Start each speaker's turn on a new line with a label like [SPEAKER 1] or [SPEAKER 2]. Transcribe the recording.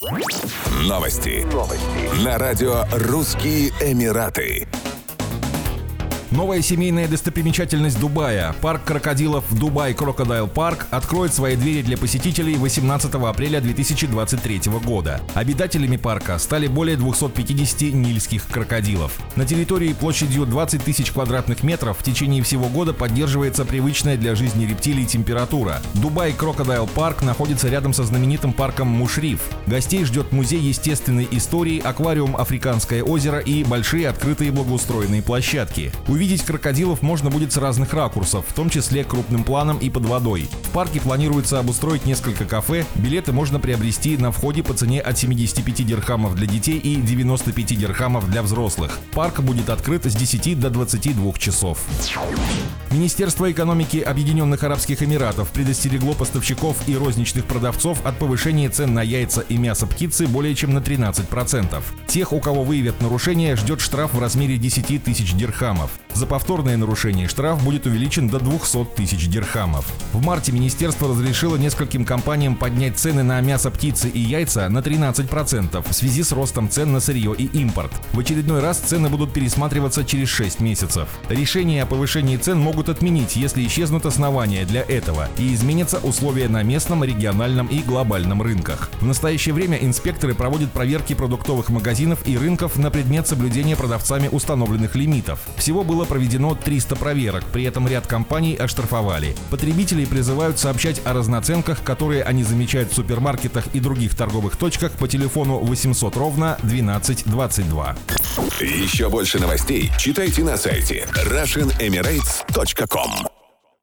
[SPEAKER 1] Новости. На радио «Русские Эмираты».
[SPEAKER 2] Новая семейная достопримечательность Дубая, парк крокодилов Дубай Крокодайл Парк, откроет свои двери для посетителей 18 апреля 2023 года. Обитателями парка стали более 250 нильских крокодилов. На территории площадью 20 тысяч квадратных метров в течение всего года поддерживается привычная для жизни рептилий температура. Дубай Крокодайл Парк находится рядом со знаменитым парком Мушриф. Гостей ждет музей естественной истории, аквариум Африканское озеро и большие открытые благоустроенные площадки. Увидеть крокодилов можно будет с разных ракурсов, в том числе крупным планом и под водой. В парке планируется обустроить несколько кафе. Билеты можно приобрести на входе по цене от 75 дирхамов для детей и 95 дирхамов для взрослых. Парк будет открыт с 10 до 22 часов. Министерство экономики Объединенных Арабских Эмиратов предостерегло поставщиков и розничных продавцов от повышения цен на яйца и мясо птицы более чем на 13%. Тех, у кого выявят нарушение, ждет штраф в размере 10 тысяч дирхамов. За повторное нарушение штраф будет увеличен до 200 тысяч дирхамов. В марте министерство разрешило нескольким компаниям поднять цены на мясо птицы и яйца на 13% в связи с ростом цен на сырье и импорт. В очередной раз цены будут пересматриваться через 6 месяцев. Решение о повышении цен могут отменить, если исчезнут основания для этого и изменятся условия на местном, региональном и глобальном рынках. В настоящее время инспекторы проводят проверки продуктовых магазинов и рынков на предмет соблюдения продавцами установленных лимитов. Всего было проведено 300 проверок, при этом ряд компаний оштрафовали. Потребителей призывают сообщать о разноценках, которые они замечают в супермаркетах и других торговых точках по телефону 800 ровно 12 22.
[SPEAKER 1] Еще больше новостей читайте на сайте RussianEmirates.com.